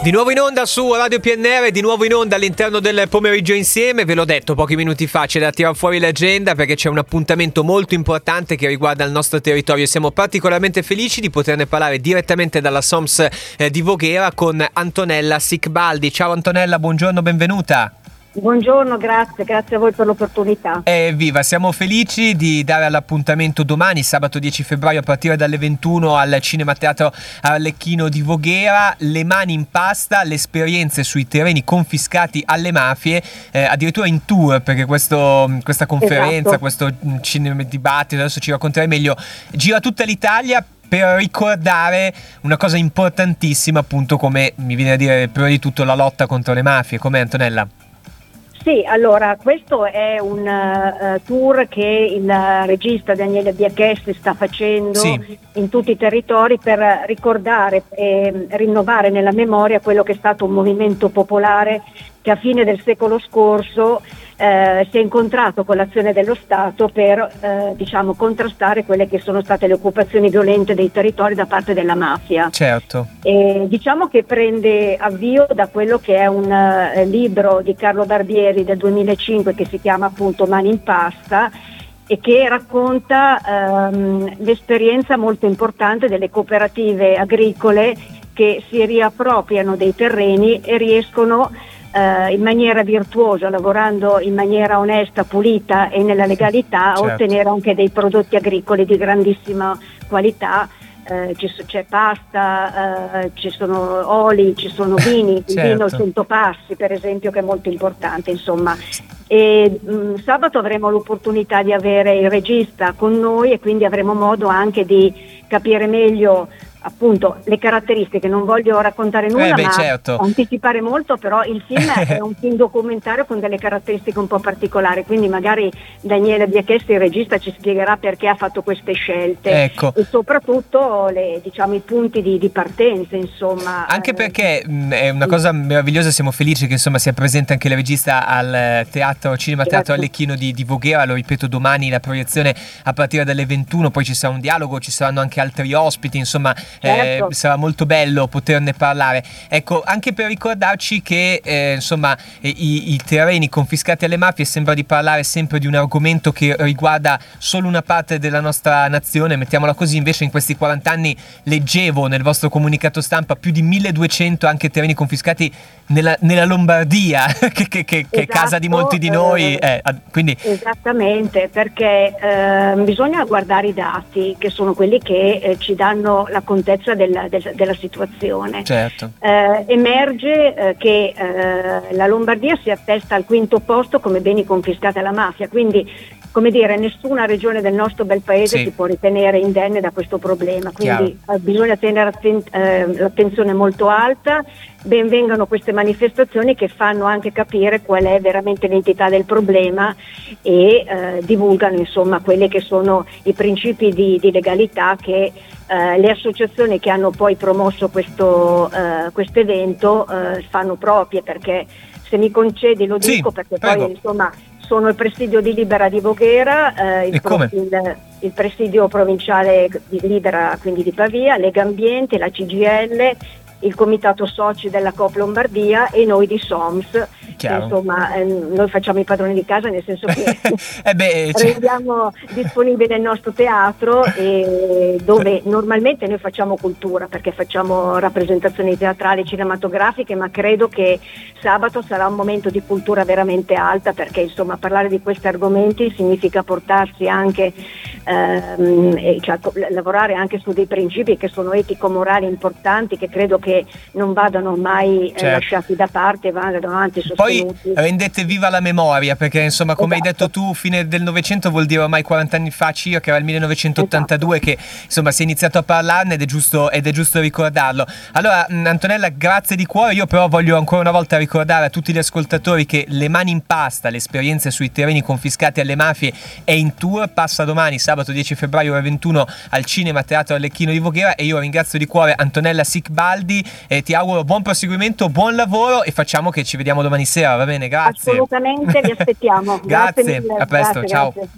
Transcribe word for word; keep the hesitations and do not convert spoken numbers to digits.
Di nuovo in onda su Radio P N R, di nuovo in onda all'interno del pomeriggio insieme. Ve l'ho detto pochi minuti fa, c'è da tirare fuori l'agenda perché c'è un appuntamento molto importante che riguarda il nostro territorio. Siamo particolarmente felici di poterne parlare direttamente dalla SOMS eh, di Voghera con Antonella Sicbaldi. Ciao Antonella, buongiorno, benvenuta. Buongiorno, grazie, grazie a voi per l'opportunità. Evviva, siamo felici di dare all'appuntamento domani, sabato dieci febbraio, a partire dalle ventuno al Cinema Teatro Arlecchino di Voghera. Le mani in pasta, le esperienze sui terreni confiscati alle mafie, eh, addirittura in tour, perché questo, questa conferenza, esatto. questo cinema dibattito, adesso ci racconterai meglio, gira tutta l'Italia per ricordare una cosa importantissima, appunto, come mi viene a dire prima di tutto la lotta contro le mafie. Com'è, Antonella? Sì, allora questo è un uh, tour che il regista Daniele Biachessi sta facendo sì. in tutti i territori per ricordare e rinnovare nella memoria quello che è stato un movimento popolare che a fine del secolo scorso eh, si è incontrato con l'azione dello Stato per eh, diciamo contrastare quelle che sono state le occupazioni violente dei territori da parte della mafia. Certo. E diciamo che prende avvio da quello che è un uh, libro di Carlo Barbieri del duemilacinque che si chiama appunto Mani in pasta e che racconta um, l'esperienza molto importante delle cooperative agricole che si riappropriano dei terreni e riescono Uh, in maniera virtuosa, lavorando in maniera onesta, pulita e nella legalità, certo. a ottenere anche dei prodotti agricoli di grandissima qualità. Uh, c'è, c'è pasta, uh, ci sono oli, ci sono vini, certo. il vino cento passi per esempio, che è molto importante, insomma. E mh, sabato avremo l'opportunità di avere il regista con noi e quindi avremo modo anche di capire meglio appunto le caratteristiche. Non voglio raccontare nulla, eh beh, ma certo. anticipare molto, però il film è un film documentario con delle caratteristiche un po' particolari, quindi magari Daniele Biachessi, il regista, ci spiegherà perché ha fatto queste scelte, ecco. e soprattutto le, diciamo, i punti di, di partenza, insomma. Anche perché mh, è una cosa meravigliosa, siamo felici che insomma sia presente anche la regista al teatro, Cinema Teatro Arlecchino di, di Voghera. Lo ripeto, domani la proiezione a partire dalle ventuno, poi ci sarà un dialogo, ci saranno anche altri ospiti, insomma. Certo. Eh, sarà molto bello poterne parlare. Ecco, anche per ricordarci che eh, insomma eh, i, i terreni confiscati alle mafie, sembra di parlare sempre di un argomento che riguarda solo una parte della nostra nazione, mettiamola così. Invece in questi quaranta anni leggevo nel vostro comunicato stampa più di milleduecento anche terreni confiscati nella, nella Lombardia che, che, che, che esatto, è casa di molti di noi, eh, quindi... Esattamente, perché eh, bisogna guardare i dati, che sono quelli che eh, ci danno la contezza Della, del, della situazione. Certo. Eh, emerge eh, che eh, la Lombardia si attesta al quinto posto come beni confiscati alla mafia, quindi, come dire, nessuna regione del nostro bel paese sì. si può ritenere indenne da questo problema, quindi eh, bisogna tenere atten- eh, l'attenzione molto alta. Ben vengano queste manifestazioni che fanno anche capire qual è veramente l'entità del problema e eh, divulgano insomma quelli che sono i principi di, di legalità che eh, le associazioni che hanno poi promosso questo eh, questo evento eh, fanno proprie, perché se mi concedi lo dico, sì, perché prego. poi insomma sono il presidio di Libera di Voghera, eh, il, pro, il, il presidio provinciale di Libera, quindi di Pavia, Lega Ambiente, la C G I L, il comitato soci della Coop Lombardia e noi di SOMS. Insomma, eh, noi facciamo i padroni di casa, nel senso che eh beh, cioè... rendiamo disponibile il nostro teatro, e dove normalmente noi facciamo cultura, perché facciamo rappresentazioni teatrali, cinematografiche, ma credo che sabato sarà un momento di cultura veramente alta, perché insomma parlare di questi argomenti significa portarsi anche ehm, e, cioè, lavorare anche su dei principi che sono etico-morali importanti, che credo che non vadano mai certo. eh, lasciati da parte, vadano avanti sostenuti. Poi rendete viva la memoria, perché insomma, come esatto. hai detto tu, fine del Novecento vuol dire ormai quaranta anni fa circa, che era il millenovecentottantadue, esatto. che insomma si è iniziato a parlarne ed è giusto, ed è giusto ricordarlo. Allora mh, Antonella, grazie di cuore. Io però voglio ancora una volta ricordare a tutti gli ascoltatori che Le mani in pasta, l'esperienza sui terreni confiscati alle mafie, è in tour, passa domani sabato dieci febbraio ore ventuno al Cinema Teatro Arlecchino di Voghera, e io ringrazio di cuore Antonella Sicbaldi e ti auguro buon proseguimento, buon lavoro, e facciamo che ci vediamo domani sera, va bene? Grazie. Assolutamente, vi aspettiamo. Grazie, Grazie mille. a presto, Grazie, ciao. grazie.